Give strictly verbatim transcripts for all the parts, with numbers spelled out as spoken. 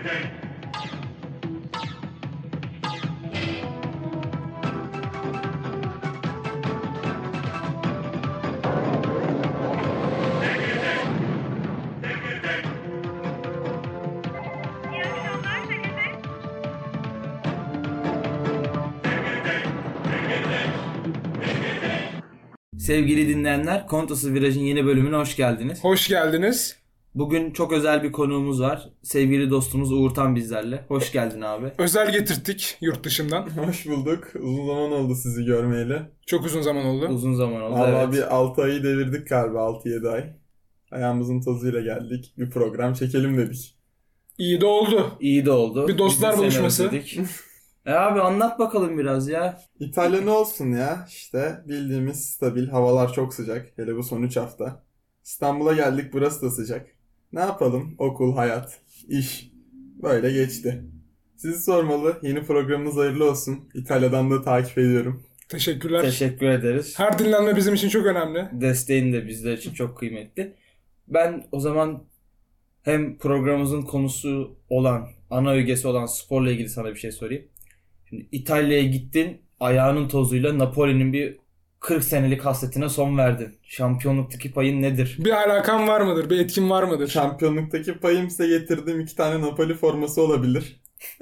Sevgili dinleyenler, Kontası Viraj'ın yeni bölümüne hoş geldiniz. Hoş geldiniz. Bugün çok özel bir konuğumuz var. Sevgili dostumuz Uğurtan bizlerle. Hoş geldin abi. Özel getirttik yurt dışından. Hoş bulduk. Uzun zaman oldu sizi görmeyeli. Çok uzun zaman oldu. Uzun zaman oldu. Valla evet. bir altı ayı devirdik galiba, altı yedi ay. Ayağımızın tozuyla geldik. Bir program çekelim dedik. İyi de oldu. İyi de oldu. Bir dostlar Biz de seni buluşması. özledik. E abi anlat bakalım biraz ya. İtalya ne olsun ya? İşte bildiğimiz stabil. Havalar çok sıcak. Hele bu son üç hafta. İstanbul'a geldik, burası da sıcak. Ne yapalım? Okul, hayat, iş. Böyle geçti. Sizi sormalı. Yeni programınız hayırlı olsun. İtalya'dan da takip ediyorum. Teşekkürler. Teşekkür ederiz. Her dinlenme bizim için çok önemli. Desteğin de bizler için çok kıymetli. Ben o zaman hem programımızın konusu olan, ana ögesi olan sporla ilgili sana bir şey sorayım. Şimdi İtalya'ya gittin, ayağının tozuyla Napoli'nin bir kırk senelik hasretine son verdin. Şampiyonluktaki payın nedir? Bir alakan var mıdır? Bir etkin var mıdır? Şampiyonluktaki payım ise getirdiğim iki tane Napoli forması olabilir.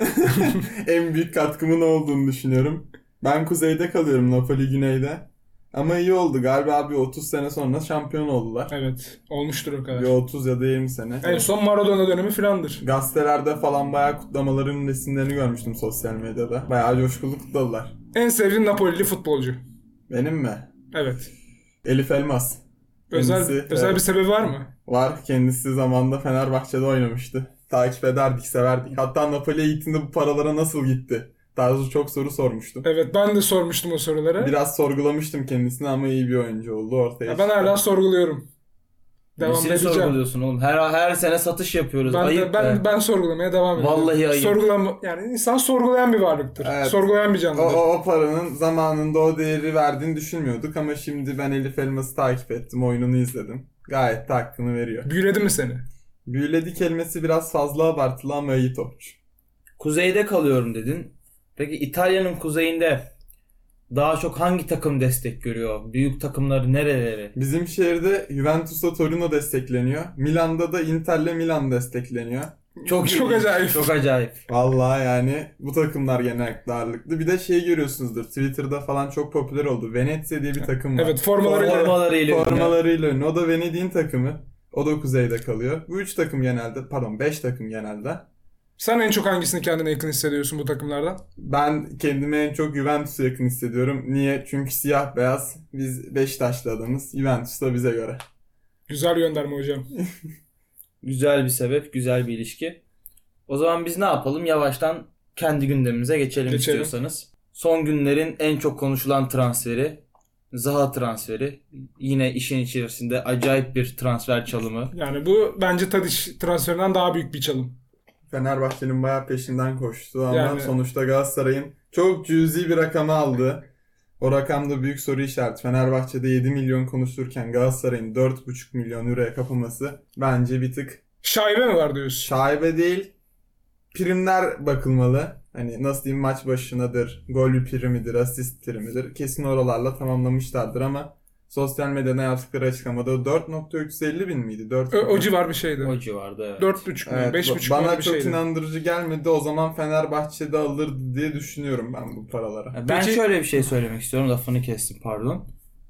En büyük katkımın o olduğunu düşünüyorum. Ben kuzeyde kalıyorum, Napoli güneyde. Ama iyi oldu. Galiba bir otuz sene sonra şampiyon oldular. Evet. Olmuştur o kadar. Bir otuz ya da yirmi sene. En son Maradona dönemi filandır. Gazetelerde falan bayağı kutlamaların resimlerini görmüştüm sosyal medyada. Bayağı coşkulu kutladılar. En sevdiğin Napolili futbolcu. Benim mi? Evet. Elif Elmas. Özel Kendisi, özel evet, bir sebebi var mı? var. Kendisi zamanında Fenerbahçe'de oynamıştı. Takip ederdik, severdik. Hatta Napoli'ye gittiğinde bu paralara nasıl gitti tarzı çok soru sormuştum. Evet, ben de sormuştum o soruları. Biraz sorgulamıştım kendisini ama iyi bir oyuncu oldu ortaya. Ya ben hala sorguluyorum. Devam Nesini edeceğim. sorguluyorsun oğlum? Her her sene satış yapıyoruz. Ben, Ayıp de, ben, be. ben sorgulamaya devam ediyorum. Vallahi ayıp. Sorgulama, yani insan sorgulayan bir varlıktır. Evet. Sorgulayan bir O, canlıdır. o, o paranın zamanında o değeri verdiğini düşünmüyorduk ama şimdi ben Elif Elmas'ı takip ettim, oyununu izledim. Gayet de hakkını veriyor. Büyüledi mi seni? Büyüledi kelimesi biraz fazla abartılı ama iyi topçu. Kuzeyde kalıyorum dedin. Peki İtalya'nın kuzeyinde daha çok hangi takım destek görüyor? Büyük takımları nereleri? Bizim şehirde Juventus'a Torino destekleniyor. Milan'da da Inter'le Milan destekleniyor. Çok Çok iyi. acayip. Çok acayip. Vallahi yani bu takımlar genellikle ağırlıklı. Bir de şey görüyorsunuzdur, Twitter'da falan çok popüler oldu. Venezia diye bir takım var. Evet, formalarıyla. Formalarıyla. Formalarıyla ünlü. O da Venedik'in takımı. O da kuzeyde kalıyor. Bu üç takım genelde, pardon beş takım genelde. Sen en çok hangisini kendine yakın hissediyorsun bu takımlardan? Ben kendime en çok Juventus'a yakın hissediyorum. Niye? Çünkü siyah beyaz. Biz Beşiktaşlı adamız. Juventus da bize göre. Güzel gönderme hocam. Güzel bir sebep, güzel bir ilişki. O zaman biz ne yapalım? Yavaştan kendi gündemimize geçelim, Geçelim. istiyorsanız. Son günlerin en çok konuşulan transferi Zaha transferi. Yine işin içerisinde acayip bir transfer çalımı. Yani bu bence Tadiç transferinden daha büyük bir çalım. Fenerbahçe'nin bayağı peşinden koştu ama Yani- sonuçta Galatasaray'ın çok cüzi bir rakamı aldı. O rakamda büyük soru işareti. Fenerbahçe'de yedi milyon konuşurken Galatasaray'ın dört buçuk milyon euroya kapaması bence bir tık Şaibe mi var diyorsun? şaibe değil. Primler bakılmalı. Hani nasıl diyeyim, maç başınadır, gol primidir, asist primidir. Kesin oralarla tamamlamışlardır ama sosyal medyada yaptıkları açıklamada dört milyon üç yüz elli bin miydi? dört O, o civar bir şeydi. O civarda evet. dört buçuk mu? Evet, beş buçuk mu? bana Bir çok şeydi. inandırıcı gelmedi. O zaman Fenerbahçe'de alırdı diye düşünüyorum ben bu paralara. Ya Ben Peki- şöyle bir şey söylemek istiyorum. Lafını kestim, pardon.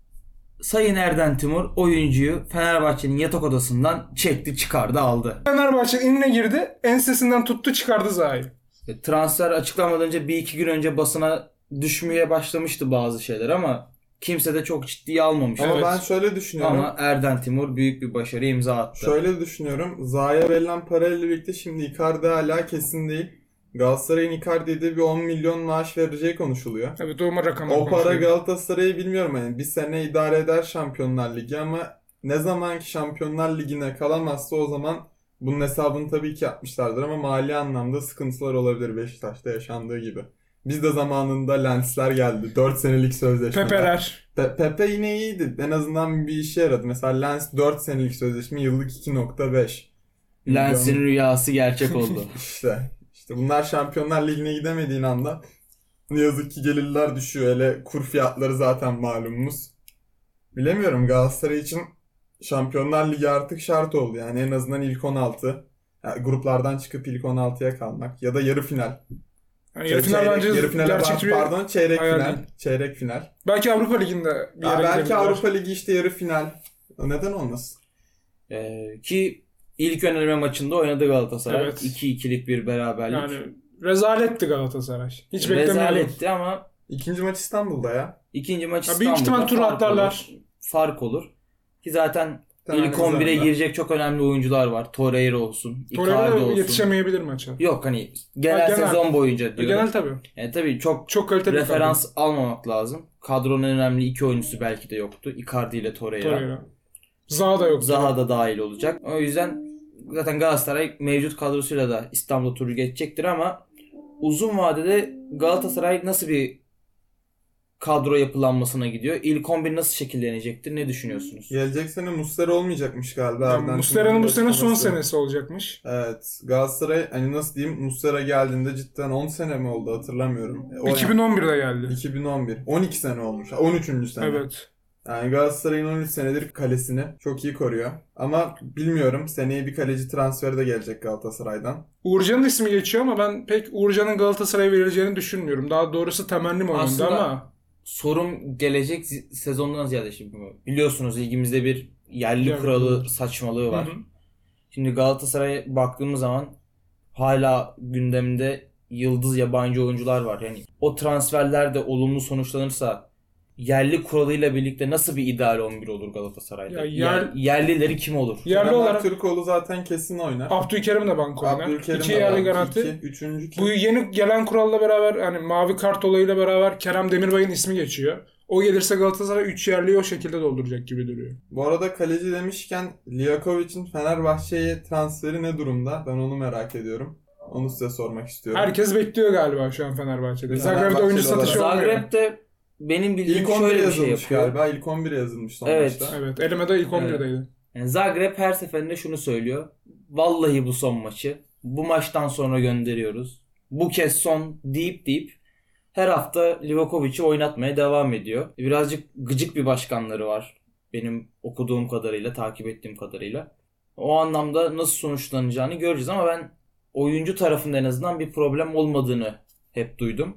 Sayın Erden Timur oyuncuyu Fenerbahçe'nin yatak odasından çekti, çıkardı, aldı. Fenerbahçe'nin inine girdi. Ensesinden tuttu, çıkardı Zaha'yı. E, Transfer açıklamadan önce bir iki gün önce basına düşmeye başlamıştı bazı şeyler ama kimse de çok ciddiye almamış. Ama Evet. ben şöyle düşünüyorum. Ama Erden Timur büyük bir başarı imza attı. Şöyle düşünüyorum. Zaha'ya verilen parayla birlikte şimdi Icardi hala kesin değil. Galatasaray'ın Icardi'ye de bir on milyon maaş vereceği konuşuluyor. Evet, o rakamlar O para konuşuyor. Galatasaray'ı bilmiyorum yani. Bir sene idare eder Şampiyonlar Ligi ama ne zaman ki Şampiyonlar Ligi'ne kalamazsa o zaman bunun hesabını tabii ki yapmışlardır ama mali anlamda sıkıntılar olabilir Beşiktaş'ta yaşandığı gibi. Biz de zamanında Lensler geldi. dört senelik sözleşme. Pepe'ler. Pe- Pepe yine iyiydi. En azından bir işe yaradı. Mesela Lens dört senelik sözleşme, yıllık iki nokta beş. Lens'in rüyası gerçek oldu. İşte, işte bunlar Şampiyonlar Ligi'ne gidemediğin anda ne yazık ki gelirler düşüyor. Hele kur fiyatları zaten malumumuz. Bilemiyorum, Galatasaray için Şampiyonlar Ligi artık şart oldu. Yani en azından ilk on altı. Yani gruplardan çıkıp ilk on altıya kalmak. Ya da yarı final. Yani yarı final çeyrek, bence yarı finale gerçekçi bir pardon çeyrek hayal final. değil. Çeyrek final. Belki Avrupa Ligi'nde bir Ya yere belki gidebilirler. Avrupa Ligi işte yarı final. Neden olmasın? Ee, ki ilk öneleme maçında oynadı Galatasaray. Evet. iki ikilik bir beraberlik. Yani rezaletti Galatasaray. Hiç beklemiyordum. Rezaletti ama İkinci maç İstanbul'da ya. ikinci maç Ya İstanbul'da. büyük ihtimal tur fark atlarlar. olur. Fark olur. Ki zaten Temel ilk on bire üzerinde. girecek çok önemli oyuncular var. Torreira olsun, Icardi Torreira olsun. yetişemeyebilir maça. Yok hani genel, Ha, genel. sezon boyunca diyorum. Genel tabii. Yani tabii çok Çok kaliteli bir referans almamak lazım. Kadronun en önemli iki oyuncusu belki de yoktu. Icardi ile Torreira. Torreira. Zaha da yok. Zaha da dahil olacak. O yüzden zaten Galatasaray mevcut kadrosuyla da İstanbul'da turu geçecektir ama uzun vadede Galatasaray nasıl bir kadro yapılanmasına gidiyor? İlk on bir nasıl şekillenecektir? Ne düşünüyorsunuz? Gelecek sene Muslera olmayacakmış galiba. Yani Erden Muslera'nın bu Timur'un sene son açıklaması. senesi olacakmış. Evet. Galatasaray hani nasıl diyeyim, Muslera geldiğinde cidden on sene mi oldu hatırlamıyorum. E, o iki bin on birde geldi. yani. iki bin on bir. on iki sene olmuş. on üçüncü sene. Evet. Yani Galatasaray'ın on üç senedir kalesini çok iyi koruyor. Ama bilmiyorum, seneye bir kaleci transferi de gelecek Galatasaray'dan. Uğurcan'ın ismi geçiyor ama ben pek Uğurcan'ın Galatasaray'a verileceğini düşünmüyorum. Daha doğrusu temennim o yönde Aslında- ama Sorum gelecek zi- sezondan ziyade şimdi biliyorsunuz ligimizde bir yerli Yerli kuralı kuralı. saçmalığı var. Hı hı. Şimdi Galatasaray'a baktığımız zaman hala gündemde yıldız yabancı oyuncular var. Yani o transferler de olumlu sonuçlanırsa yerli kuralıyla birlikte nasıl bir ideal on bir olur Galatasaray'da? Ya yer- Yer- yerlileri kim olur? yerli Kerem olarak Aktürkoğlu zaten kesin oynar. Abdülkerim de banko oynar. Abdülkerim İki de yerli var. garanti. İki, üçüncü kim? Bu yeni gelen kuralla beraber yani mavi kart olayıyla beraber Kerem Demirbay'ın ismi geçiyor. O gelirse Galatasaray üç yerliyi o şekilde dolduracak gibi duruyor. Bu arada kaleci demişken Livakovic'in Fenerbahçe'ye transferi ne durumda? Ben onu merak ediyorum. Onu size sormak istiyorum. Herkes bekliyor galiba şu an Fenerbahçe'de. Fenerbahçeli Zagreb'de oyuncu olarak. satışı olmuyor. Zagreb'de benim bildiğim İlk on bire şöyle bir şey yazılmış yapıyor. galiba. İlk on bire yazılmış son Evet. maçta. Evet. Elime de ilk on birdeydi. Yani Zagreb her seferinde şunu söylüyor. Vallahi bu son maçı. Bu maçtan sonra gönderiyoruz. Bu kez son deyip deyip her hafta Livakovic'i oynatmaya devam ediyor. Birazcık gıcık bir başkanları var. Benim okuduğum kadarıyla, takip ettiğim kadarıyla. O anlamda nasıl sonuçlanacağını göreceğiz ama ben oyuncu tarafında en azından bir problem olmadığını hep duydum.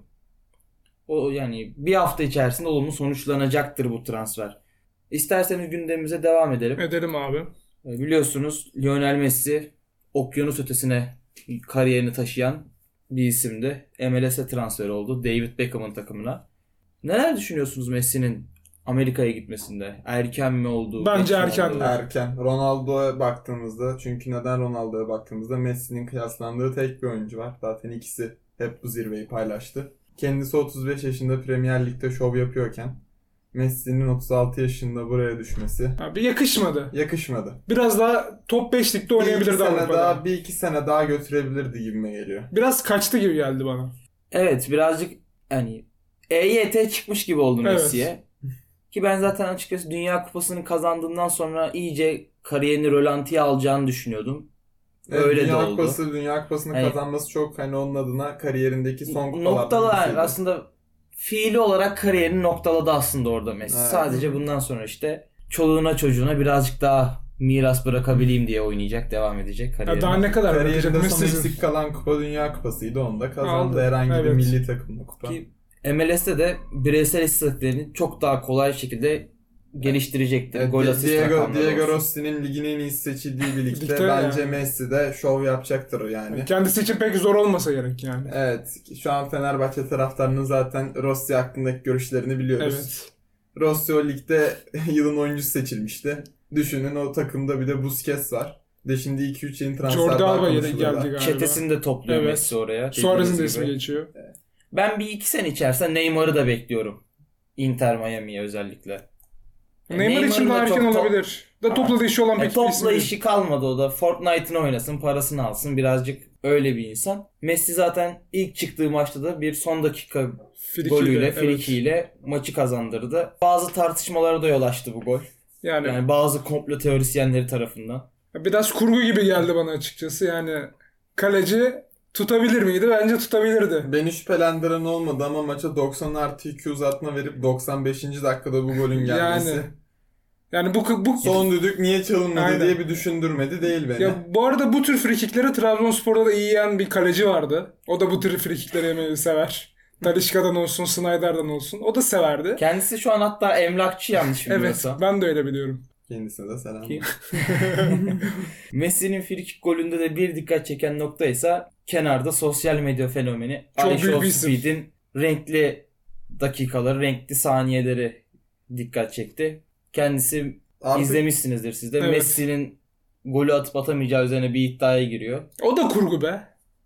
O yani bir hafta içerisinde olumlu sonuçlanacaktır bu transfer. İsterseniz gündemimize devam edelim. Edelim abi. Biliyorsunuz Lionel Messi okyanus ötesine kariyerini taşıyan bir isimdi. M L S'e transfer oldu. David Beckham'ın takımına. Neler düşünüyorsunuz Messi'nin Amerika'ya gitmesinde? Erken mi oldu? Bence geç mi erken. oldu? Erken. Ronaldo'ya baktığımızda, çünkü neden Ronaldo'ya baktığımızda Messi'nin kıyaslandığı tek bir oyuncu var. Zaten ikisi hep bu zirveyi paylaştı. Kendisi otuz beş yaşında Premier Lig'de şov yapıyorken Messi'nin otuz altı yaşında buraya düşmesi Abi yakışmadı. yakışmadı. Biraz daha top beşlikte Bir iki oynayabilirdi sene Avrupa'da. daha, bir iki sene daha götürebilirdi gibime geliyor. Biraz kaçtı gibi geldi bana. Evet birazcık hani E Y T çıkmış gibi oldu Evet. Messi'ye. Ki ben zaten açıkçası Dünya Kupası'nı kazandığından sonra iyice kariyerini rölantiye alacağını düşünüyordum. Evet, Öyle Dünya de oldu. Kupası, Dünya Kupası'nı Hani- kazanması çok hani onun adına kariyerindeki son kupalardan Noktalar birisiydi. aslında fiili olarak kariyerini noktaladı aslında orada Messi. Evet. Sadece bundan sonra işte çoluğuna çocuğuna birazcık daha miras bırakabileyim diye oynayacak, devam edecek Ya kariyerine. daha ne kadar bırakacak Kariyerinde son Messi'nin? eksik kalan kupa Dünya Kupası'ydı. Onu da kazandı. Aldı. Herhangi bir Evet. milli takımla kupa. Ki M L S'te de bireysel istatistiklerini çok daha kolay şekilde geliştirecektir. Evet, Gol Di- asist Diego, rakamları Diego olsun. Rossi'nin ligin en iyisi seçildiği birlikte Birlikte bence yani. Messi de şov yapacaktır yani. Kendisi için pek zor olmasa gerek yani. Evet. Şu an Fenerbahçe taraftarının zaten Rossi hakkındaki görüşlerini biliyoruz. Evet. Rossi o ligde yılın oyuncusu seçilmişti. Düşünün, o takımda bir de Busquets var. De şimdi iki üç yeni transfer Jordi daha Alba yeri konuşuluyor da. geldi galiba. Çetesini de topluyor Evet. Messi oraya. Suarez'in de dediğiniz ismi gibi. geçiyor. Ben bir iki sene içerisinde Neymar'ı da bekliyorum. Inter Miami'ye özellikle. Neymar için Neymar'ın daha da erken çok top- olabilir. Da topla da işi olan Yani pek bir isim topla değil. işi kalmadı o da. Fortnite'ını oynasın, parasını alsın. Birazcık öyle bir insan. Messi zaten ilk çıktığı maçta da bir son dakika Frikiyle, golüyle, evet. frikiyle maçı kazandırdı. Bazı tartışmalara da yol açtı bu gol. Yani, Yani bazı komplo teorisyenleri tarafından. Biraz kurgu gibi geldi bana açıkçası. Yani kaleci tutabilir miydi? Bence tutabilirdi. Beni şüphelendiren olmadı ama maça doksan artı iki uzatma verip doksan beşinci dakikada bu golün gelmesi. Yani yani bu bu Son düdük niye çalınmadı Aynen. diye bir düşündürmedi değil beni. Ya bu arada bu tür frikikleri Trabzonspor'da da iyi yiyen bir kaleci vardı. O da bu tür frikikleri yemeyi sever. Talisca'dan olsun, Snyder'dan olsun. O da severdi. Kendisi şu an hatta emlakçı yanlış Evet, bilmiyorsam. ben de öyle biliyorum. Kendisine de selam. Ki- Messi'nin frikik golünde de bir dikkat çeken nokta ise kenarda sosyal medya fenomeni Çok Ice büyük of bir isim. Speed'in renkli dakikaları, renkli saniyeleri dikkat çekti. Kendisi Artık izlemişsinizdir siz de. Evet. Messi'nin golü atıp atamayacağı üzerine bir iddiaya giriyor. O da kurgu be.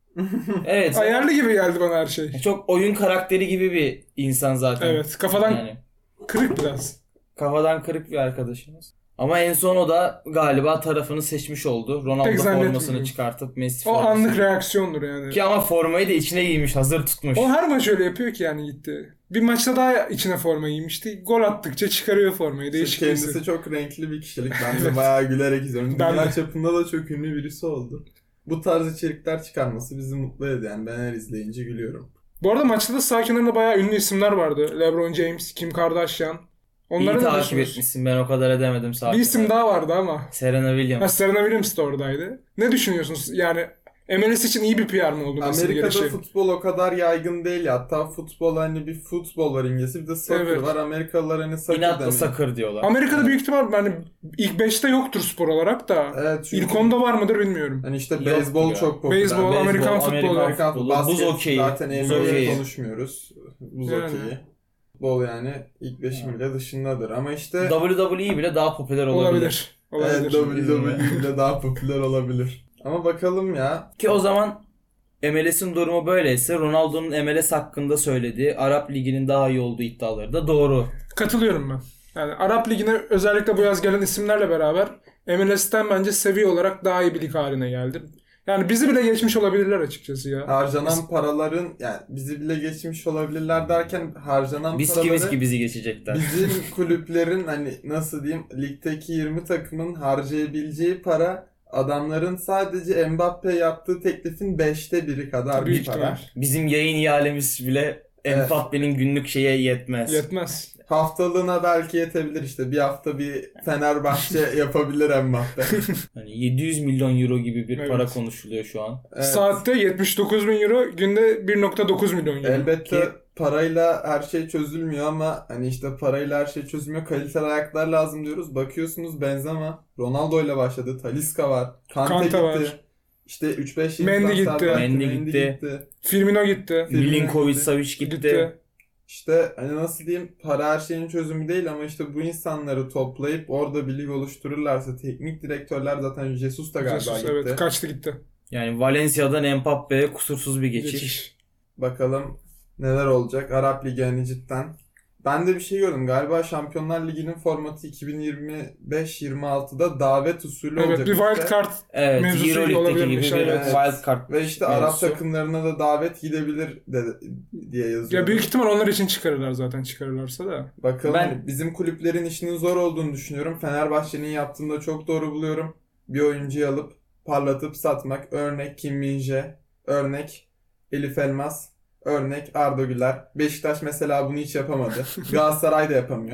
Evet. Ayarlı gibi geldi bana her şey. Çok oyun karakteri gibi bir insan zaten. Evet, kafadan Yani kırık biraz. kafadan kırık bir arkadaşımız. Ama en son o da galiba tarafını seçmiş oldu. Ronaldo Pek zannetmiyorum. formasını çıkartıp Messi O formasını. anlık reaksiyondur yani. Ki ama formayı da içine giymiş, hazır tutmuş. O her maç öyle yapıyor ki yani gitti. Bir maçta daha içine forma giymişti. Gol attıkça çıkarıyor formayı. Değişik kendisi birisi. çok renkli bir kişilik. Ben de bayağı gülerek izliyorum. Ben Dünya de. çapında da çok ünlü birisi oldu. Bu tarz içerikler çıkarması bizi mutlu ediyor. Yani ben her izleyince gülüyorum. Bu arada maçta da sağ kenarında bayağı ünlü isimler vardı. LeBron James, Kim Kardashian. Onları İyi da takip düşünüyorsun. etmişsin, ben o kadar edemedim zaten. Bir isim daha vardı ama. Serena Ha, Williams. Serena Williams de oradaydı. Ne düşünüyorsunuz? Yani M L S için iyi bir P R mı oldu Messi'nin Amerika'da gelişi? futbol o kadar yaygın değil ya. Hatta futbol hani bir futbol var İngilizce, bir de soccer Evet. var. Amerikalılar hani soccer İnatla demiyor. sakır diyorlar. Amerika'da büyük ihtimal yani ilk beşte yoktur spor olarak da. Evet, çünkü İlk onda var mıdır bilmiyorum. hani işte Yoktur beyzbol ya. çok popüler. Beyzbol, Beyzbol, Amerikan futbolu. Amerikan futbolu, basket, buz hokeyi, zaten buz N B A'yi hokeyi. konuşmuyoruz. Buz Yani. hokeyi. Futbol yani ilk beşim bile dışındadır. Ama işte W W E bile daha popüler olabilir. Olabilir. evet, Olabilir. W W E bile daha popüler olabilir. Ama bakalım ya. Ki o zaman M L S'in durumu böyleyse Ronaldo'nun M L S hakkında söylediği Arap Ligi'nin daha iyi olduğu iddiaları da doğru. Katılıyorum ben. Yani Arap Ligi'ne özellikle bu yaz gelen isimlerle beraber M L S'ten bence seviye olarak daha iyi bir lig haline geldi. Yani bizi bile geçmiş olabilirler açıkçası ya. Harcanan paraların yani bizi bile geçmiş olabilirler derken harcanan Biz paraları kimiz ki bizi geçecekler. bizim kulüplerin hani nasıl diyeyim ligdeki yirmi takımın harcayabileceği para adamların sadece Mbappe yaptığı teklifin beşte biri kadar Büyük bir para. ihtimal. Bizim yayın ihalemiz bile Evet. Mbappe'nin günlük şeye yetmez. Yetmez. Haftalığına belki yetebilir işte. Bir hafta bir Fenerbahçe yapabilir Mbappe. Hani yedi yüz milyon euro gibi bir Evet. para konuşuluyor şu an. Evet. Saatte yetmiş dokuz bin euro, günde bir nokta dokuz milyon euro. Elbette Ki- parayla her şey çözülmüyor ama hani işte parayla her şey çözülmüyor. Kaliteli ayaklar lazım diyoruz. Bakıyorsunuz Benzema, Ronaldo ile başladı. Talisca var. Kante, Kante gitti. var. İşte üç beş yıl Mendy transfer gitti. belki. Mendy gitti. Firmino gitti. Firmino Milinkovic gitti. Savic gitti. Gitti. İşte hani nasıl diyeyim para her şeyin çözümü değil ama işte bu insanları toplayıp orada bir lig oluştururlarsa teknik direktörler zaten Jesus da galiba Jesus, gitti. evet, kaçtı gitti. Yani Valencia'dan Mbappe'ye kusursuz bir geçiş. Geçiş. Bakalım neler olacak Arap Ligi hani cidden. Ben de bir şey gördüm. Galiba Şampiyonlar Ligi'nin formatı iki bin yirmi beş yirmi altıda davet usulü Evet, olacak. bir işte. wild card. Evet, Mevzusu Euroleague'deki gibi olabilirmiş, bir evet. wild card Ve işte Arap mevzusu. takımlarına da davet gidebilir de, diye yazıyor. Ya büyük ihtimal onlar için çıkarırlar zaten, çıkarırlarsa da. Bakalım Ben- hani bizim kulüplerin işinin zor olduğunu düşünüyorum. Fenerbahçe'nin yaptığını da çok doğru buluyorum. Bir oyuncuyu alıp parlatıp satmak. Örnek Kim Min-jae, örnek Elif Elmas, örnek Arda Güler. Beşiktaş mesela bunu hiç yapamadı. Galatasaray da yapamıyor.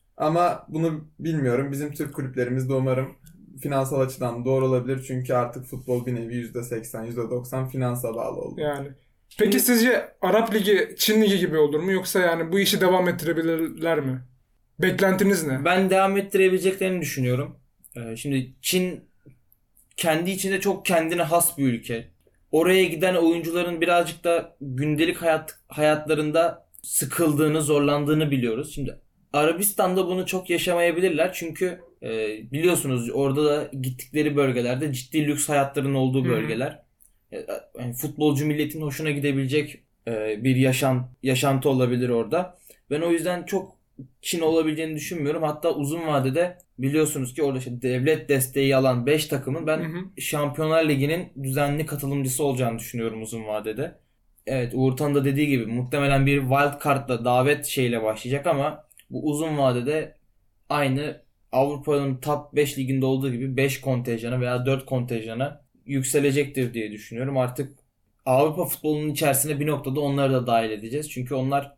Ama bunu bilmiyorum. Bizim Türk kulüplerimiz de umarım finansal açıdan doğru olabilir. Çünkü artık futbol bir nevi yüzde seksen yüzde doksan finansa bağlı oldu. Yani. Peki sizce Arap Ligi Çin Ligi gibi olur mu? Yoksa yani bu işi devam ettirebilirler mi? Beklentiniz ne? Ben devam ettirebileceklerini düşünüyorum. Ee, Şimdi Çin kendi içinde çok kendine has bir ülke. Oraya giden oyuncuların birazcık da gündelik hayat hayatlarında sıkıldığını, zorlandığını biliyoruz. Şimdi Arabistan'da bunu çok yaşamayabilirler çünkü e, biliyorsunuz orada da gittikleri bölgelerde ciddi lüks hayatların olduğu Hı. bölgeler. E, yani futbolcu milletin hoşuna gidebilecek e, bir yaşam yaşantı olabilir orada. Ben o yüzden çok Çin olabileceğini düşünmüyorum. Hatta uzun vadede biliyorsunuz ki orada işte devlet desteği alan beş takımın ben Hı hı. Şampiyonlar Ligi'nin düzenli katılımcısı olacağını düşünüyorum uzun vadede. Evet, Uğurtan'ın da dediği gibi muhtemelen bir wild card'la davet şeyle başlayacak ama bu uzun vadede aynı Avrupa'nın top beş liginde olduğu gibi beş kontenjanı veya dört kontenjanı yükselecektir diye düşünüyorum. Artık Avrupa futbolunun içerisine bir noktada onları da dahil edeceğiz. Çünkü onlar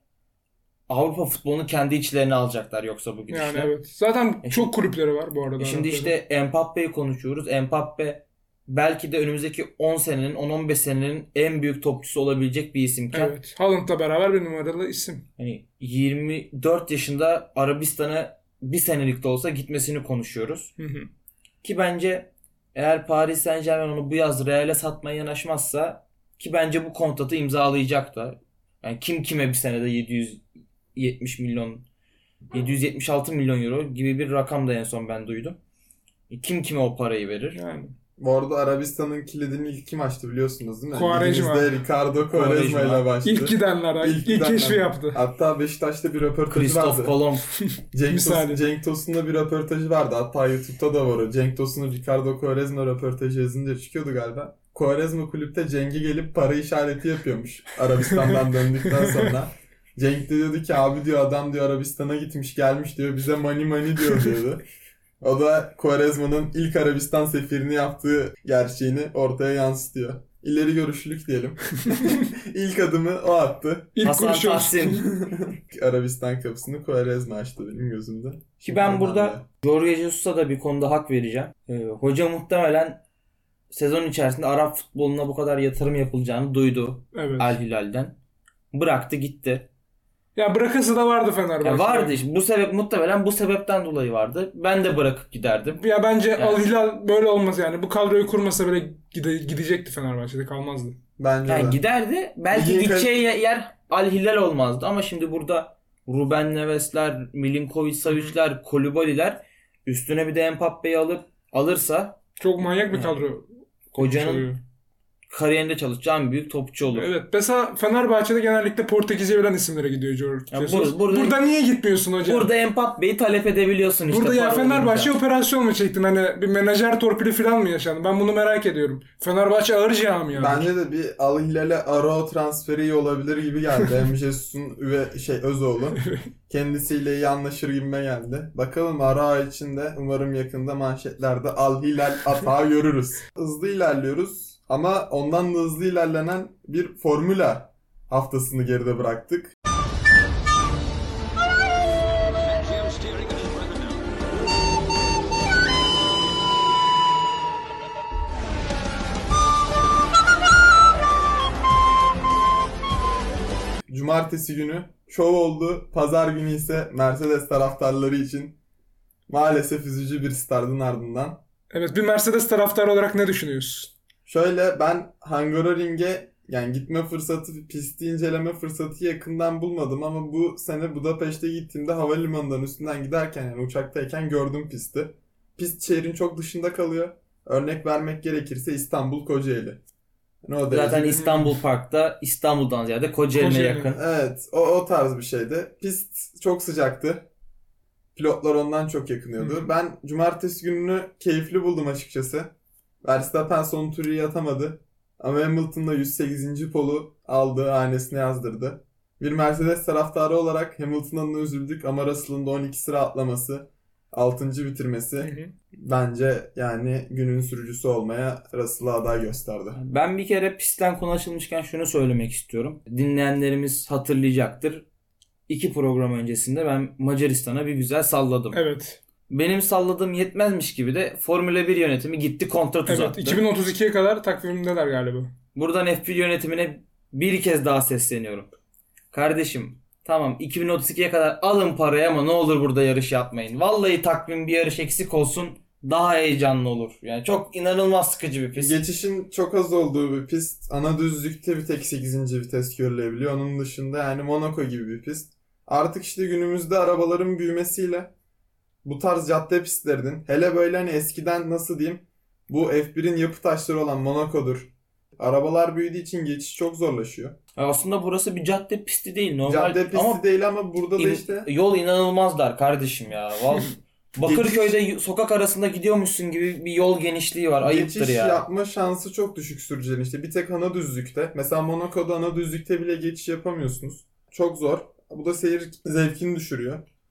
Avrupa futbolunu kendi içlerine alacaklar yoksa bu gidişle. Yani evet. Zaten E çok şimdi, kulüpleri var bu arada. E şimdi işte Mbappe'yi konuşuyoruz. Mbappe belki de önümüzdeki on senenin, on on beş senenin en büyük topçusu olabilecek bir isimken. Evet. Haaland'la beraber bir numaralı isim. Hani yirmi dört yaşında Arabistan'a bir senelik de olsa gitmesini konuşuyoruz. Hı hı. Ki bence eğer Paris Saint-Germain onu bu yaz Real'e satmaya yanaşmazsa, ki bence bu kontratı imzalayacak da. Yani kim kime bir senede yedi yüz yetmiş milyon, yedi yüz yetmiş altı milyon euro gibi bir rakam da en son ben duydum. Kim kime o parayı verir? Yani. Bu arada Arabistan'ın kilidini ilk kim açtı biliyorsunuz değil mi? Quaresma. Ligimizde Ricardo Quaresma ile başladı. İlk gidenler. İlk, ilk keşfi yaptı. Hatta Beşiktaş'ta bir röportajı Christophe vardı. Colomb. Cenk, Misali. Tos, Cenk Tosun'da bir röportajı vardı. Hatta YouTube'da da var o. Cenk Tosun'un Ricardo Quaresma röportajı yazınca çıkıyordu galiba. Quaresma kulüpte Cenk'e gelip para işareti yapıyormuş Arabistan'dan döndükten sonra. Cenk de diyordu ki abi diyor adam diyor Arabistan'a gitmiş gelmiş diyor bize money money diyor diyordu. O da Quaresma'nın ilk Arabistan seferini yaptığı gerçeğini ortaya yansıtıyor. İleri görüşlülük diyelim. İlk adımı o attı. İlk Hasan kuruşu. Tahsin. Arabistan kapısını Quaresma açtı benim gözümde. Ki ben Ondan burada da. Jorge Jesus'a da bir konuda hak vereceğim. Ee, hoca muhtemelen sezon içerisinde Arap futboluna bu kadar yatırım yapılacağını duydu Evet. Al Hilal'den. Bıraktı gitti. Ya bırakası da vardı Fenerbahçe. Ya vardı işte. Bu sebep muhtemelen bu sebepten dolayı vardı. Ben de bırakıp giderdim. Ya bence Yani. Al Hilal böyle olmaz yani. Bu kadroyu kurmasa bile gide, gidecekti Fenerbahçe'de kalmazdı. Bence Yani de. giderdi. Belki Ligin gideceği yer Al Hilal olmazdı ama şimdi burada Ruben Neves'ler, Milinkovic Savic'ler, Kolibali'ler üstüne bir de Mbappe'yi alıp alırsa Çok manyak bir Yani. kadro. hocanın oluyor. kariyerinde çalışacağım bir büyük topçu olur. Evet. Mesela Fenerbahçe'de genellikle Portekizce bilen isimlere gidiyor Jorge Ya Jesus. bur- burada- Burada niye gitmiyorsun hocam? Burada Mbappe'yi talep edebiliyorsun işte. Burada ya para Fenerbahçe olunca. operasyon mu çektin? Hani bir menajer torpili falan mı yaşandı? Ben bunu merak ediyorum. Fenerbahçe ağır camia. Bence de bir Al Hilal'e Aro transferi iyi olabilir gibi geldi. Hem Jesus'un üve şey Özoğlu. Kendisiyle iyi anlaşır gibime geldi. Bakalım Aro için de umarım yakında manşetlerde Al Hilal atağı görürüz. Hızlı ilerliyoruz ama ondan da hızlı ilerlenen bir formüla haftasını geride bıraktık. Cumartesi günü şov oldu. Pazar günü ise Mercedes taraftarları için maalesef üzücü bir startın ardından. Evet, bir Mercedes taraftarı olarak ne düşünüyorsun? Şöyle ben Hungaroring'e yani gitme fırsatı, pisti inceleme fırsatı yakından bulmadım ama bu sene Budapeşte gittiğimde havalimanından üstünden giderken yani uçaktayken gördüm pisti. Pist şehrin çok dışında kalıyor. Örnek vermek gerekirse İstanbul Kocaeli. Yani o Zaten derece- İstanbul Park'ta İstanbul'dan ziyade Kocaeli'ne Kocaeli. yakın. Evet, o, o tarz bir şeydi. Pist çok sıcaktı. Pilotlar ondan çok yakınıyordu. Hı. Ben cumartesi gününü keyifli buldum açıkçası. Verstappen son turu iyi atamadı. Ama Hamilton'da yüz sekizinci polu aldığı hanesine yazdırdı. Bir Mercedes taraftarı olarak Hamilton'dan da üzüldük ama Russell'ın da on iki sıra atlaması, altıncı bitirmesi Hı hı. bence yani günün sürücüsü olmaya Russell'a aday gösterdi. Ben bir kere pistten konu açılmışken şunu söylemek istiyorum. Dinleyenlerimiz hatırlayacaktır. İki program öncesinde ben Macaristan'a bir güzel salladım. Evet. Benim salladığım yetmezmiş gibi de Formula bir yönetimi gitti kontrat Evet, uzattı. iki bin otuz ikiye kadar takvimdeler galiba. Buradan F bir yönetimine bir kez daha sesleniyorum. Kardeşim tamam iki bin otuz ikiye kadar alın parayı ama ne olur burada yarış yapmayın. Vallahi takvim bir yarış eksik olsun daha heyecanlı olur. Yani çok inanılmaz sıkıcı bir pist. Geçişin çok az olduğu bir pist. Ana düzlükte bir tek sekizinci vites görülebiliyor. Onun dışında yani Monaco gibi bir pist. Artık işte günümüzde arabaların büyümesiyle bu tarz cadde pistlerinin hele böyle hani eskiden nasıl diyeyim bu F bir'in yapı taşları olan Monaco'dur. Arabalar büyüdüğü için geçiş çok zorlaşıyor. Aslında burası bir cadde pisti değil. Normal Cadde pisti ama değil ama burada da in- işte yol inanılmaz dar kardeşim ya. Vallahi Bakırköy'de sokak arasında gidiyormuşsun gibi bir yol genişliği var. Ayıptır geçiş ya. yapma şansı çok düşük sürücülerin. İşte bir tek ana düzlükte. Mesela Monaco'da ana düzlükte bile geçiş yapamıyorsunuz. Çok zor. Bu da seyir zevkini düşürüyor.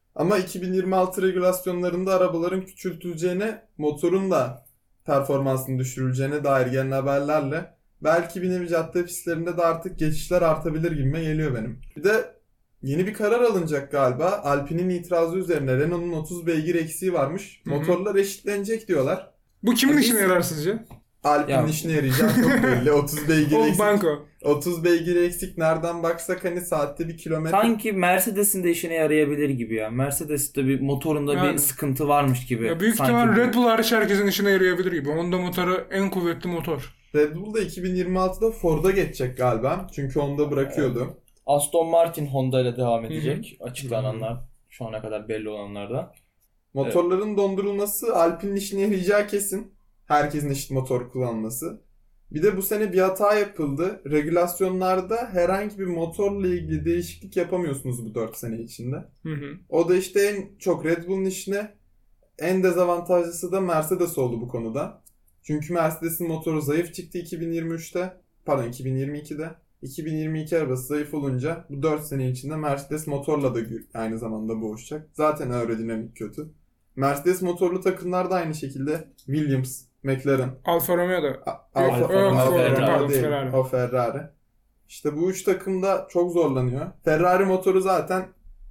Ama iki bin yirmi altı regülasyonlarında arabaların küçültüleceğine, motorun da performansının düşürüleceğine dair gelen haberlerle belki bir nevi cadde pistlerinde de artık geçişler artabilir gibime geliyor benim. Bir de yeni bir karar alınacak galiba. Alpine'in itirazı üzerine Renault'un otuz beygir eksiği varmış. Hı hı. Motorlar eşitlenecek diyorlar. Bu kimin Biz- işine yarar sizce? Alpine'in Ya- işine yarayacağı çok belli. otuz beygir O eksik. banko. otuz beygir eksik nereden baksak hani saatte bir kilometre. Sanki Mercedes'in de işine yarayabilir gibi ya. Mercedes'te bir motorunda Yani. bir sıkıntı varmış gibi. Ya büyük Sanki ihtimal bu- Red Bull hariç herkesin işine yarayabilir gibi. Honda motoru en kuvvetli motor. Red Bull da iki bin yirmi altıda Ford'a geçecek galiba. Çünkü onda bırakıyordu. Aston Martin Honda ile devam edecek. Açıklananlar şu ana kadar belli olanlardan. Motorların dondurulması Alpine'in işine yarayacağı kesin. Herkesin eşit motor kullanması. Bir de bu sene bir hata yapıldı. Regülasyonlarda herhangi bir motorla ilgili değişiklik yapamıyorsunuz bu dört sene içinde. Hı hı. O da işte en çok Red Bull'un işine, en dezavantajlısı da Mercedes oldu bu konuda. Çünkü Mercedes'in motoru zayıf çıktı iki bin yirmi üçte. Pardon iki bin yirmi ikide. iki bin yirmi iki arabası zayıf olunca bu dört sene içinde Mercedes motorla da aynı zamanda boğuşacak. Zaten aerodinamik kötü. Mercedes motorlu takımlar da aynı şekilde. Williams, McLaren, Alfa Romeo da. A- Alfa, Alfa- Alfa, Alfa- Ferrari, pardon, değil, Ferrari. o Ferrari. İşte bu üç takım da çok zorlanıyor. Ferrari motoru zaten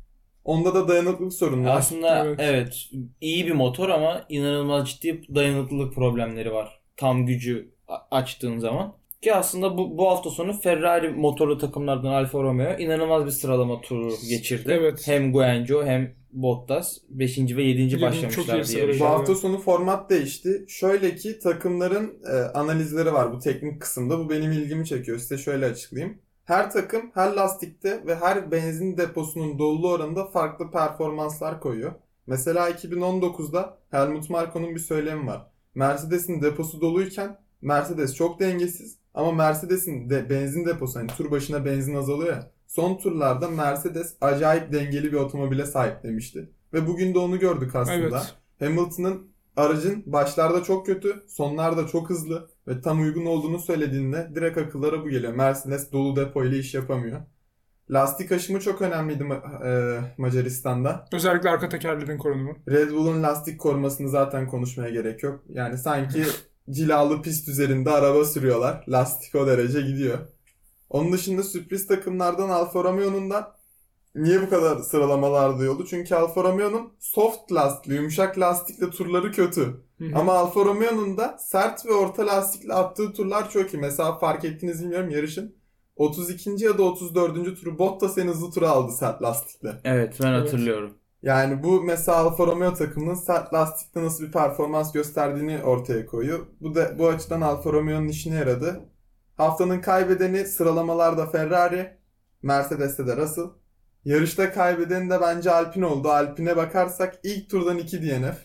onda da dayanıklılık sorunu var. Aslında Evet. evet. iyi bir motor ama inanılmaz ciddi dayanıklılık problemleri var. Tam gücü a- açtığın zaman. Ki aslında bu, bu hafta sonu Ferrari motorlu takımlardan Alfa Romeo inanılmaz bir sıralama turu geçirdi. Evet. Hem Guanyu hem Bottas beşinci ve yedinci Yedinci çok iyi başlamışlardı sıralama. yarışa. Bu hafta sonu format değişti. Şöyle ki takımların e, analizleri var bu teknik kısımda. Bu benim ilgimi çekiyor. Size şöyle açıklayayım. Her takım her lastikte ve her benzin deposunun doluluğu oranında farklı performanslar koyuyor. Mesela iki bin on dokuzda Helmut Marko'nun bir söylemi var. Mercedes'in deposu doluyken Mercedes çok dengesiz ama Mercedes'in de benzin deposu, hani tur başına benzin azalıyor ya. Son turlarda Mercedes acayip dengeli bir otomobile sahip demişti. Ve bugün de onu gördük aslında. Evet. Hamilton'ın aracın başlarda çok kötü, sonlarda çok hızlı ve tam uygun olduğunu söylediğinde direkt akıllara bu geliyor. Mercedes dolu depo ile iş yapamıyor. Lastik aşımı çok önemliydi Ma- e, Macaristan'da. Özellikle arka tekerlerin korunumu. Red Bull'un lastik korumasını zaten konuşmaya gerek yok. Yani sanki cilalı pist üzerinde araba sürüyorlar. Lastik o derece gidiyor. Onun dışında sürpriz takımlardan Alfa Romeo'nun da niye bu kadar sıralamalarda yolu? Çünkü Alfa Romeo'nun soft lastikli, yumuşak lastikle turları kötü. Hı hı. Ama Alfa Romeo'nun da sert ve orta lastikle attığı turlar çok iyi. Mesela fark ettiniz bilmiyorum yarışın. otuz ikinci ya da otuz dördüncü turu Bottas en hızlı turu aldı sert lastikle. Evet ben Evet. hatırlıyorum. Yani bu mesela Alfa Romeo takımının sert lastikte nasıl bir performans gösterdiğini ortaya koyuyor. Bu da bu açıdan Alfa Romeo'nun işine yaradı. Haftanın kaybedeni sıralamalarda Ferrari, Mercedes'te de Russell. Yarışta kaybedeni de bence Alpine oldu. Alpine bakarsak ilk turdan iki D N F.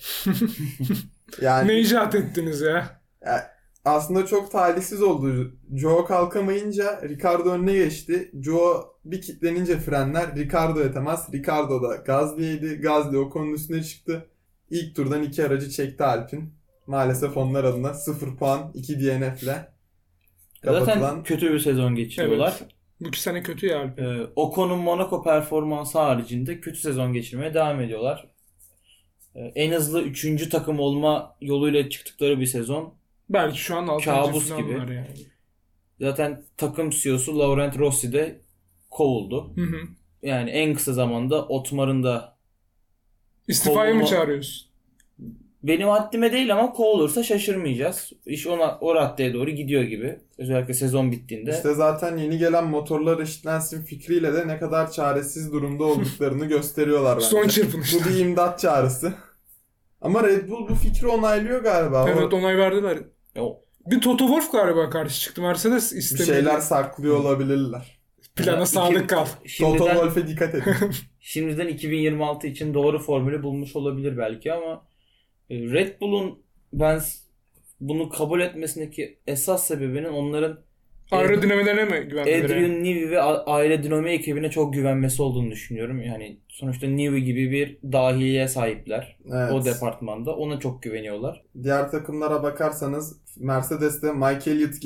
Yani Ne icat ettiniz ya? aslında çok talihsiz oldu. Joe kalkamayınca Ricardo önüne geçti. Joe bir kilitlenince frenler Ricardo'ya temas. Ricardo da Gasly'ydi. Gasly o konunun üstüne çıktı. İlk turdan iki aracı çekti Alpine. Maalesef onlar adına sıfır puan iki D N F'le Zaten kapatılan. kötü bir sezon geçiriyorlar. Evet. Bu iki sene kötü ya Alpine. Ee, Ocon'un Monaco performansı haricinde kötü sezon geçirmeye devam ediyorlar. Ee, en hızlı üçüncü takım olma yoluyla çıktıkları bir sezon. Belki şu an altıncı Kabus falan gibi. var yani. Zaten takım C E O'su Laurent Rossi de kovuldu. Hı hı. Yani en kısa zamanda Otmar'ın da İstifayı mı Kovulma- çağırıyorsun? benim haddime değil ama kovulursa şaşırmayacağız. İş ona o raddeye doğru gidiyor gibi. Özellikle sezon bittiğinde. İşte zaten yeni gelen motorlar eşitlensin fikriyle de ne kadar çaresiz durumda olduklarını gösteriyorlar bence. Son çırpınışlar. Bu bir imdat çağrısı. Ama Red Bull bu fikri onaylıyor galiba. Evet O onay verdiler. O- Bir Toto Wolff galiba karşı çıktı. Mercedes bir istemedi. şeyler saklıyor olabilirler. Plana İki- sadık kal. Toto Şimdiden, Wolff'e dikkat edin. şimdiden iki bin yirmi altı için doğru formülü bulmuş olabilir belki ama e, Red Bull'un ben s- bunu kabul etmesindeki esas sebebinin onların Aerodinamiğine mi güvenmeleri? Adrian Newey ve a- aerodinamik ekibine çok güvenmesi olduğunu düşünüyorum. Yani sonuçta Newey gibi bir dahiye sahipler Evet. o departmanda. Ona çok güveniyorlar. Diğer takımlara bakarsanız Mercedes'te Mike Elliott gibi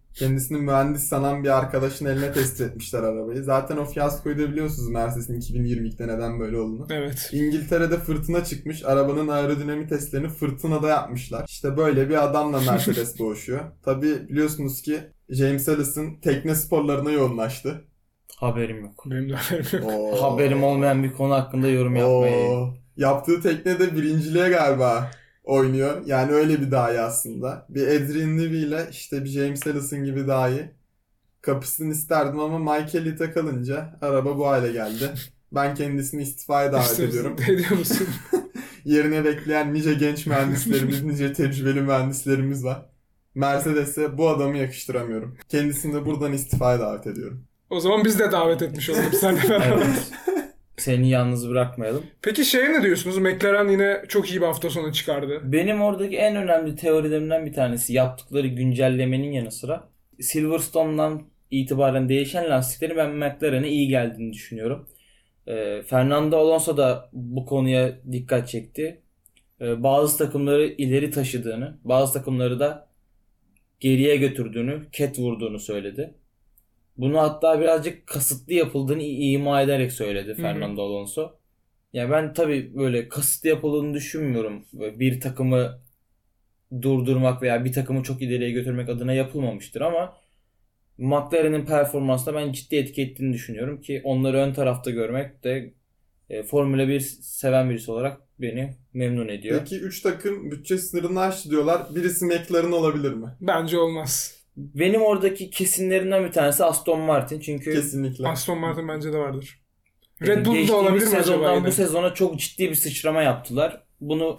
Kendisini mühendis sanan bir arkadaşın eline teslim etmişler arabayı. Zaten o fiyaskoyu da biliyorsunuz Mercedes'in iki bin yirmi ikide neden böyle olduğunu. Evet. İngiltere'de fırtına çıkmış. Arabanın aerodinamik testlerini fırtınada yapmışlar. İşte böyle bir adamla Mercedes boğuşuyor. Tabii biliyorsunuz ki James Ellison tekne sporlarına yoğunlaştı. Haberim yok. Benim de haberim yok. Oo. Haberim olmayan bir konu hakkında yorum yapmayı. Oo. Yaptığı teknede birinciliğe galiba oynuyor. Yani öyle bir dahi aslında. Bir Adrian Newey ile işte bir James Ellison gibi dahi kapısını isterdim ama Mike Elliott'e kalınca araba bu hale geldi. Ben kendisini istifaya davet İşte ediyorum. ediyor musun? Yerine bekleyen nice genç mühendislerimiz, nice tecrübeli mühendislerimiz var. Mercedes'e bu adamı yakıştıramıyorum. Kendisini de buradan istifaya davet ediyorum. O zaman biz de davet etmiş olduk seninle beraber. Evet. Seni yalnız bırakmayalım. Peki şey ne diyorsunuz? McLaren yine çok iyi bir hafta sonu çıkardı. Benim oradaki en önemli teorilerimden bir tanesi yaptıkları güncellemenin yanı sıra Silverstone'dan itibaren değişen lastiklerin ben McLaren'e iyi geldiğini düşünüyorum. Ee, Fernando Alonso da bu konuya dikkat çekti. Ee, bazı takımları ileri taşıdığını, bazı takımları da geriye götürdüğünü, ket vurduğunu söyledi. Bunu hatta birazcık kasıtlı yapıldığını ima ederek söyledi Fernando Alonso. Ya ben tabii böyle kasıtlı yapıldığını düşünmüyorum. Böyle bir takımı durdurmak veya bir takımı çok ileriye götürmek adına yapılmamıştır ama McLaren'in performansına ben ciddi etki ettiğini düşünüyorum ki onları ön tarafta görmek de e, Formula bir seven birisi olarak beni memnun ediyor. Peki üç takım bütçe sınırını aştı diyorlar. Birisi McLaren olabilir mi? Bence olmaz. Benim oradaki kesinlerinden bir tanesi Aston Martin çünkü Kesinlikle. Aston Martin bence de vardır. Red Bull da geçtiğimiz olabilir mi acaba sezondan yine? bu sezona çok ciddi bir sıçrama yaptılar. Bunu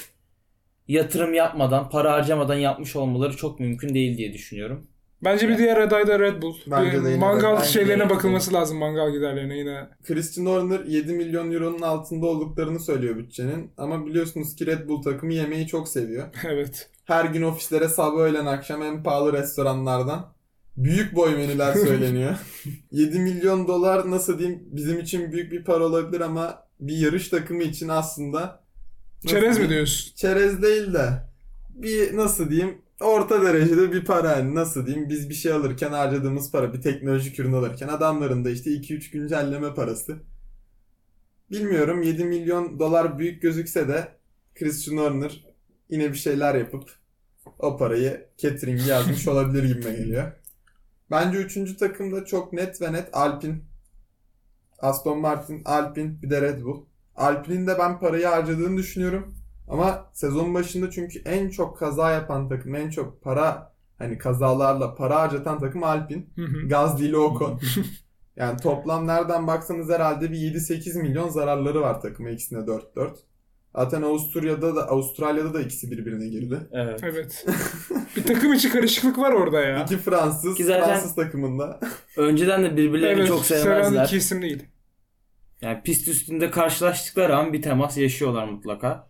yatırım yapmadan, para harcamadan yapmış olmaları çok mümkün değil diye düşünüyorum. Bence bir diğer aday da Red Bull. Bence Bir de yine mangal Red Bull. şeylerine Bence de. bakılması lazım, mangal giderlerine yine. Christian Horner yedi milyon euronun altında olduklarını söylüyor bütçenin. Ama biliyorsunuz ki Red Bull takımı yemeği çok seviyor. Evet. Her gün ofislere sabah öğlen akşam en pahalı restoranlardan büyük boy menüler söyleniyor. yedi milyon dolar nasıl diyeyim bizim için büyük bir para olabilir ama bir yarış takımı için aslında Çerez mi diyeyim, diyorsun? çerez değil de bir nasıl diyeyim orta derecede bir para yani nasıl diyeyim biz bir şey alırken harcadığımız para bir teknolojik ürün alırken adamların da işte iki üç güncelleme parası. Bilmiyorum yedi milyon dolar büyük gözükse de Christian Horner yine bir şeyler yapıp o parayı catering'e yazmış olabilir gibime geliyor. Bence üçüncü takımda çok net ve net Alpine. Aston Martin, Alpine bir de Red Bull. Alpine'in de ben parayı harcadığını düşünüyorum. Ama sezon başında çünkü en çok kaza yapan takım, en çok para hani kazalarla para harcatan takım Alpine. Hı hı. Gasly ile Ocon. Yani toplam nereden baksanız herhalde bir yedi sekiz milyon zararları var takıma ikisine dört dört. Zaten Avusturya'da da Avustralya'da da ikisi birbirine girdi. Evet. Evet. Bir takım içi karışıklık var orada ya. İki Fransız, Ki zaten- Fransız takımında. Önceden de birbirlerini Evet, çok seven sevmezler. iki isim değil. Yani pist üstünde karşılaştıkları an bir temas yaşıyorlar mutlaka.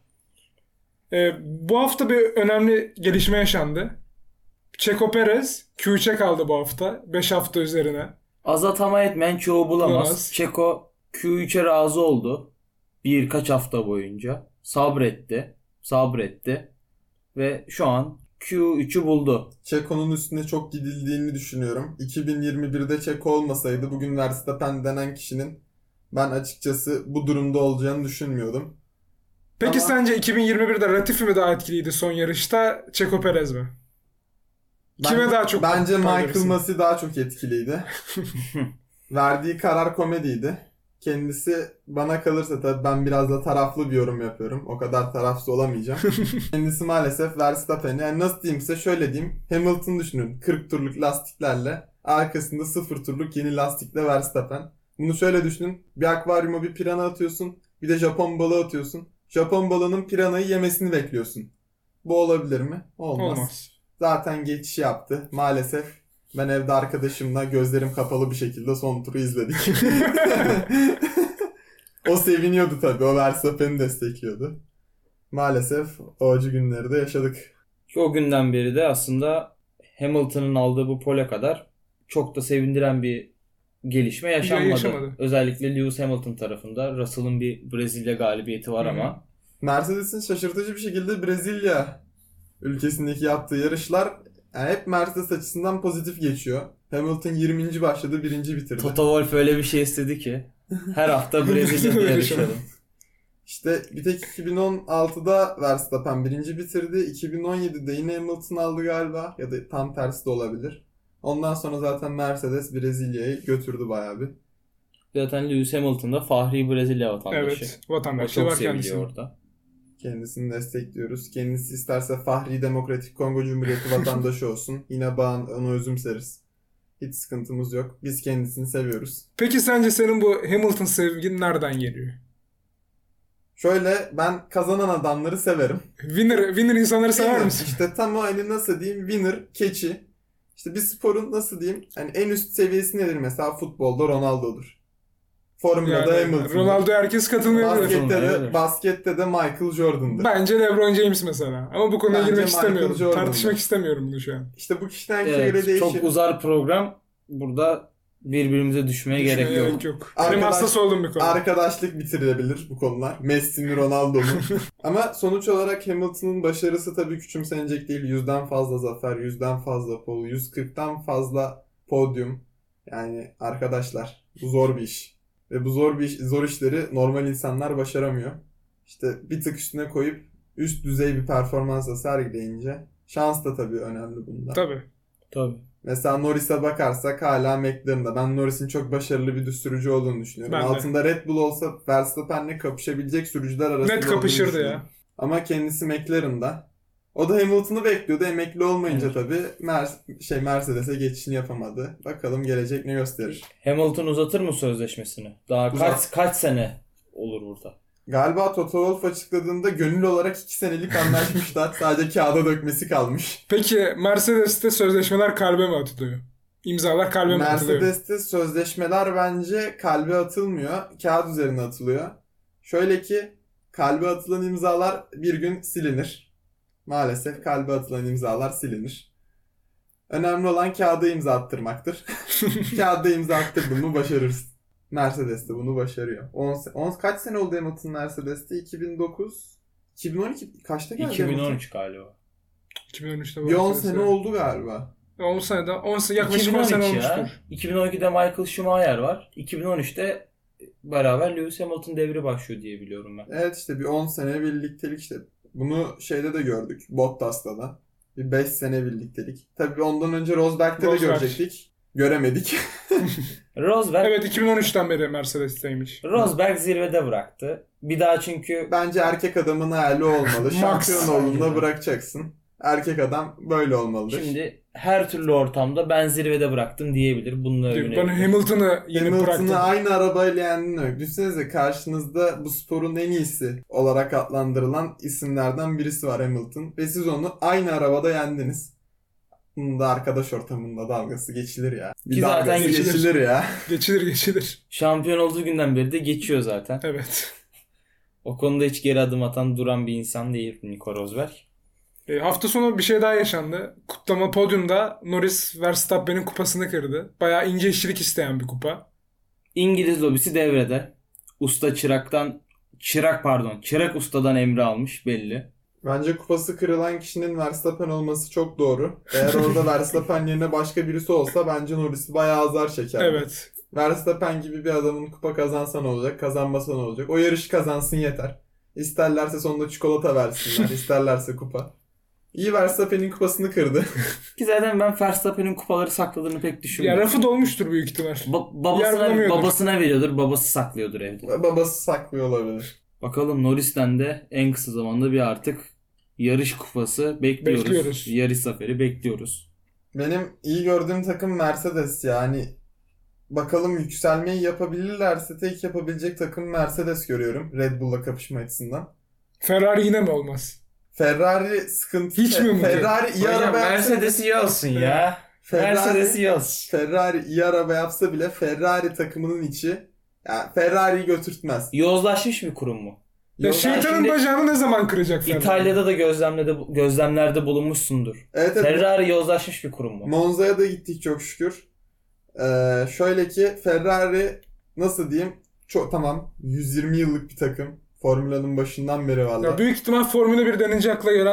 Ee, bu hafta bir önemli gelişme yaşandı. Checo Perez Q üçe kaldı bu hafta. beş hafta üzerine. Az atama etmeyen çoğu bulamaz. Bulamaz. Checo Q üçe razı oldu. Birkaç hafta boyunca. Sabretti. Sabretti. Ve şu an Q üçü buldu. Checo'nun üstüne çok gidildiğini düşünüyorum. iki bin yirmi birde Checo olmasaydı bugün Verstappen denen kişinin ben açıkçası bu durumda olacağını düşünmüyordum. Peki Ama- sence iki bin yirmi birde Latifi mi daha etkiliydi son yarışta? Checo Perez mi? Kime Ben- daha çok Bence takdir Michael edersin? Masi daha çok etkiliydi. Verdiği karar komediydi. Kendisi bana kalırsa tabii ben biraz da taraflı bir yorum yapıyorum. O kadar tarafsız olamayacağım. Kendisi maalesef Verstappen'i yani nasıl diyeyim size şöyle diyeyim. Hamilton düşünün kırk turluk lastiklerle arkasında sıfır turluk yeni lastikle Verstappen. Bunu şöyle düşünün. Bir akvaryuma bir pirana atıyorsun. Bir de Japon balığı atıyorsun. Japon balığının piranayı yemesini bekliyorsun. Bu olabilir mi? Olmaz. Olmaz. Zaten geçiş yaptı. Maalesef ben evde arkadaşımla gözlerim kapalı bir şekilde son turu izledik. O seviniyordu tabii. O Verstappen'i destekliyordu. Maalesef o acı günleri de yaşadık. Ki o günden beri de aslında Hamilton'ın aldığı bu pole kadar çok da sevindiren bir gelişme yaşanmadı. yaşamadı. Özellikle Lewis Hamilton tarafında. Russell'ın bir Brezilya galibiyeti var Hı hı. ama Mercedes'in şaşırtıcı bir şekilde Brezilya ülkesindeki yaptığı yarışlar yani hep Mercedes açısından pozitif geçiyor. Hamilton yirminci başladı, birinci bitirdi. Toto Wolff öyle bir şey istedi ki her hafta Brezilya'da yarışalım. İşte bir tek iki bin on altıda Verstappen birinci bitirdi. iki bin on yedide yine Hamilton aldı galiba. Ya da tam tersi de olabilir. Ondan sonra zaten Mercedes Brezilya'yı götürdü bayağı bir. Zaten Lewis Hamilton da Fahri Brezilya vatandaşı. Evet. O Vatandaşı çok var seviliyor kendisi. orada. Kendisini destekliyoruz. Kendisi isterse Fahri Demokratik Kongo Cumhuriyeti vatandaşı olsun. Yine bağın onu özümseriz. Hiç sıkıntımız yok. Biz kendisini seviyoruz. Peki sence senin bu Hamilton sevgin nereden geliyor? Şöyle, ben kazanan adamları severim. Winner, winner insanları sever Winner, misin? İşte tam o hani nasıl diyeyim, winner, keçi. İşte bir sporun nasıl diyeyim, hani en üst seviyesi nedir mesela? Futbolda Ronaldo'dur. Formula'da Yani Hamilton'dur. Ronaldo herkes katılmayabilir. Baskette de, Olabilir. baskette de Michael Jordan'dır. Bence LeBron James mesela. Ama bu konuya Bence girmek Michael istemiyorum. Jordan'dır. Tartışmak istemiyorum bunu şu an. İşte bu kişiden kişiye göre Evet, değişir. çok uzar program. Burada birbirimize düşmeye Düşmeye gerek yok. gerek yok. Arkadaş- Benim hassas olduğum bir konu. Arkadaşlık bitirilebilir bu konular. Messi mi Ronaldo mu? Ama sonuç olarak Hamilton'ın başarısı tabii küçümsenecek değil. Yüzden fazla zafer, yüzden fazla pole, yüz kırktan fazla podyum. Yani arkadaşlar, bu zor bir iş. Ve bu zor bir iş, zor işleri normal insanlar başaramıyor. İşte bir tık üstüne koyup üst düzey bir performansla sergileyince şans da tabii önemli bunda. Tabii. Tabii. Mesela Norris'e bakarsak hala McLaren'da. Ben Norris'in çok başarılı bir düz sürücü olduğunu düşünüyorum. Ben de. Altında Red Bull olsa Verstappen'le kapışabilecek sürücüler arasında Net olduğunu kapışırdı düşünüyorum. ya. Ama kendisi McLaren'da. O da Hamilton'ı bekliyordu. Emekli olmayınca Evet. tabii Mer- şey Mercedes'e geçişini yapamadı. Bakalım gelecek ne gösterir. Hamilton uzatır mı sözleşmesini? Daha Uzat. kaç kaç sene olur burada? Galiba Toto Wolff açıkladığında gönüllü olarak iki senelik anlaşmışlar. Sadece kağıda dökmesi kalmış. Peki Mercedes'te sözleşmeler kalbe mi atılıyor? İmzalar kalbe mi atılıyor? Mercedes'te sözleşmeler bence kalbe atılmıyor. Kağıt üzerine atılıyor. Şöyle ki kalbe atılan imzalar bir gün silinir. Maalesef kalbe atılan imzalar silinir. Önemli olan kağıda imza attırmaktır. Kağıda imza attırdın mı başarırsın. Mercedes de bunu başarıyor. on, on kaç sene oldu Hamilton Mercedes'te? iki bin dokuz iki bin on iki kaçta geldi iki bin on Hamilton? şey üç galiba. iki bin on üçte Bir on sene oldu galiba. on senede on sene yaklaşık on sene iki bin on üç ya. olmuştur. iki bin on ikide Michael Schumacher var. iki bin on üçte beraber Lewis Hamilton devri başlıyor diye biliyorum ben. Evet, işte bir on sene birliktelik işte. Bunu şeyde de gördük. Bottas'ta da. Bir beş sene birliktelik. Tabii ondan önce Rosberg'te de Rosberg. görecektik. Göremedik. Rosberg, Evet iki bin on üçten beri Mercedes'teymiş. Rosberg zirvede bıraktı. Bir daha çünkü Bence erkek adamın hayali olmalı. Max. Şampiyon olduğunda Aynen. bırakacaksın. Erkek adam böyle olmalıdır. şimdi her türlü ortamda ben zirvede bıraktım diyebilir. Bununla övünebilir. Ben Hamilton'ı yenip bıraktım. Hamilton'ı aynı arabayla yendin öyle. Düşünsenize karşınızda bu sporun en iyisi olarak adlandırılan isimlerden birisi var Hamilton. Ve siz onu aynı arabada yendiniz. Bunun da arkadaş ortamında dalgası geçilir ya. Bir Ki zaten dalgası geçilir. geçilir ya. Geçilir geçilir. Şampiyon olduğu günden beri de geçiyor zaten. Evet. O konuda hiç geri adım atan duran bir insan değil Nico Rosberg. E, hafta sonu bir şey daha yaşandı. Kutlama podyumda Norris Verstappen'in kupasını kırdı. Bayağı ince işçilik isteyen bir kupa. İngiliz lobisi devrede. Usta çıraktan çırak pardon çırak ustadan emri almış belli. Bence kupası kırılan kişinin Verstappen olması çok doğru. Eğer orada Verstappen yerine başka birisi olsa bence Norris bayağı azar çeker. Evet. Verstappen gibi bir adamın kupa kazansa ne olacak, kazanmasa ne olacak? O yarışı kazansın yeter. İsterlerse sonunda çikolata versinler, isterlerse kupa. İyi, Verstappen'in kupasını kırdı. Ki zaten ben Verstappen'in kupaları sakladığını pek Ya düşünmüyorum. rafı dolmuştur büyük ihtimal. Ba- Yer babasına, bulamıyordur. babasına veriyordur, babası saklıyordur evde. Babası saklıyor olabilir. Bakalım Norris'ten de en kısa zamanda bir artık yarış kupası bekliyoruz. Bekliyoruz. Yarış zaferi bekliyoruz. Benim iyi gördüğüm takım Mercedes yani. Bakalım yükselmeyi yapabilirlerse tek yapabilecek takım Mercedes görüyorum. Red Bull'la kapışma açısından. Ferrari yine mi olmaz? Ferrari sıkıntı. Hiç mi umut yok? Ferrari iyi araba yapsa, Mercedes iyi olsun ya. Mercedes Ferrari, iyi olsun. Ferrari iyi araba yapsa bile Ferrari takımının içi yani Ferrari'yi götürtmez. Yozlaşmış bir kurum mu? Ya Yok, şeytanın şimdi bacağını ne zaman kıracak Ferrari? İtalya'da da gözlemlerde gözlemlerde bulunmuşsundur. Evet, evet. Ferrari yozlaşmış bir kurum mu? Monza'ya da gittik çok şükür. Ee, şöyle ki Ferrari nasıl diyeyim? Çok tamam yüz yirmi yıllık bir takım. Formula'nın başından beri Ya valla. büyük ihtimal Formula bir denince akla gelen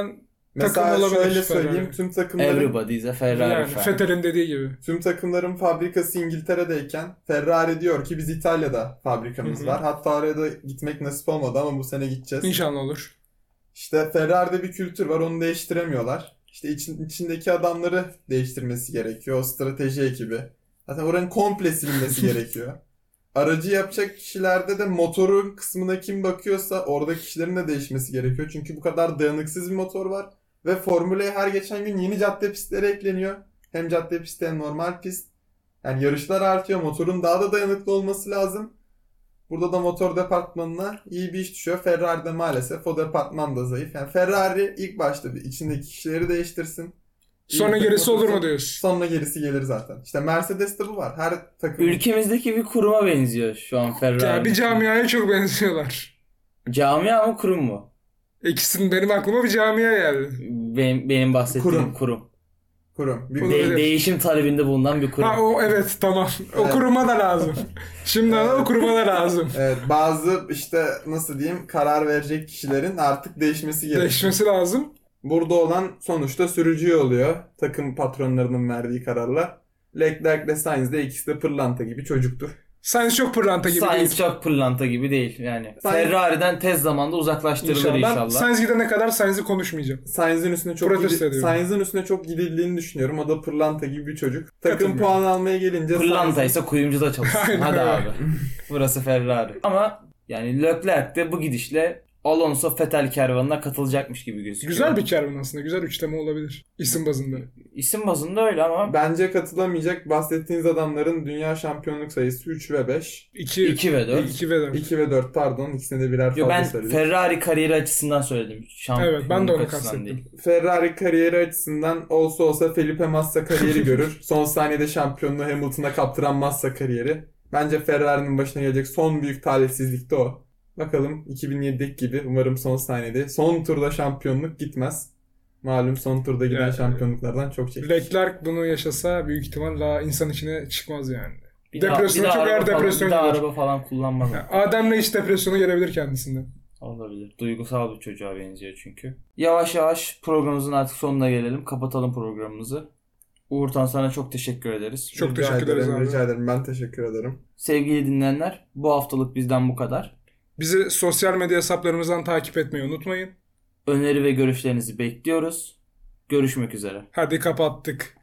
Mesela olabilir şöyle Ferrari. söyleyeyim, tüm takımların Everybody's a Ferrari Yani fan. Vettel'in dediği gibi. tüm takımların fabrikası İngiltere'deyken Ferrari diyor ki biz İtalya'da fabrikamız Hı hı. var. Hatta oraya da gitmek nasip olmadı ama bu sene gideceğiz. İnşallah olur. İşte Ferrari'de bir kültür var, onu değiştiremiyorlar. İşte için, içindeki adamları değiştirmesi gerekiyor. O strateji ekibi. Zaten oranın komple silinmesi gerekiyor. Aracı yapacak kişilerde de motorun kısmına kim bakıyorsa oradaki kişilerin de değişmesi gerekiyor. Çünkü bu kadar dayanıksız bir motor var. Ve Formula'ya her geçen gün yeni cadde pistleri ekleniyor. Hem cadde pisti hem normal pist. Yani yarışlar artıyor. Motorun daha da dayanıklı olması lazım. Burada da motor departmanına iyi bir iş düşüyor. Ferrari'de maalesef o departman da zayıf. Yani Ferrari ilk başta bir içindeki kişileri değiştirsin. Sonra İyi gerisi takım olur mu olursa diyorsun? Sonra gerisi gelir zaten. İşte Mercedes'te bu var. Her takım. Ülkemizdeki bir kuruma benziyor şu an Ferrari. Ya bir camiaya çok benziyorlar. Camia mı kurum mu? İkisinin benim aklıma bir camia geldi. Benim, benim bahsettiğim Kurum. kurum. Kurum. Bir Kurum. De- Olabilir. değişim talebinde bulunan bir kurum. Ha o evet tamam. O Evet. kuruma da lazım. Şimdi o kuruma da lazım. Evet, bazı işte nasıl diyeyim karar verecek kişilerin artık değişmesi gerekiyor. Değişmesi lazım. Burada olan sonuçta sürücü oluyor. Takım patronlarının verdiği kararla. Leclerc ile Sainz de ikisi de pırlanta gibi çocuktur. Sainz çok pırlanta gibi Sainz değil. çok pırlanta gibi değil yani. Sainz- Ferrari'den tez zamanda uzaklaştırılır İnşallah. inşallah. Sainz gidene kadar Sainz'i konuşmayacağım. Sainz'in üstüne çok Protesto gidi- ediyorum. Sainz'in üstüne çok gidildiğini düşünüyorum. O da pırlanta gibi bir çocuk. Takım Katılmıyorum. puan almaya gelince Pırlanta Sainz'in- ise kuyumcuda çalışsın. Aynen Hadi öyle. abi. Burası Ferrari. Ama yani Leclerc de bu gidişle Alonso Vettel kervanına katılacakmış gibi gözüküyor. Güzel bir kervan aslında. Güzel üçleme olabilir. İsim bazında. İsim bazında öyle ama Bence katılamayacak bahsettiğiniz adamların dünya şampiyonluk sayısı üç ve beş. iki, iki ve dört. iki ve dört. iki ve dört pardon. İkisine de birer Yo, fazla ben söyledik. Ferrari kariyeri açısından söyledim. Şampiyonluk Evet, ben de onu açısından kastettim. değil. Ferrari kariyeri açısından olsa olsa Felipe Massa kariyeri görür. Son saniyede şampiyonluğu Hamilton'a kaptıran Massa kariyeri. Bence Ferrari'nin başına gelecek son büyük talihsizlik de o. Bakalım iki bin yedideki gibi umarım son saniyede son turda şampiyonluk gitmez. Malum son turda giden Yani- şampiyonluklardan çok çekmiş. Leclerc bunu yaşasa büyük ihtimal daha insan içine çıkmaz yani. Bir daha- Depresyona bir daha çok araba ağır falan- depresyon Bir daha gelir. araba falan kullanmaz. Yani Adem'le hiç depresyonu gelebilir kendisinden. Olabilir. Duygusal bir çocuğa benziyor çünkü. Yavaş yavaş programımızın artık sonuna gelelim. Kapatalım programımızı. Uğurtan sana çok teşekkür ederiz. Çok Rica teşekkür ederiz ederim, abi. Rica ederim. Ben teşekkür ederim. Sevgili dinleyenler, bu haftalık bizden bu kadar. Bizi sosyal medya hesaplarımızdan takip etmeyi unutmayın. Öneri ve görüşlerinizi bekliyoruz. Görüşmek üzere. Hadi kapattık.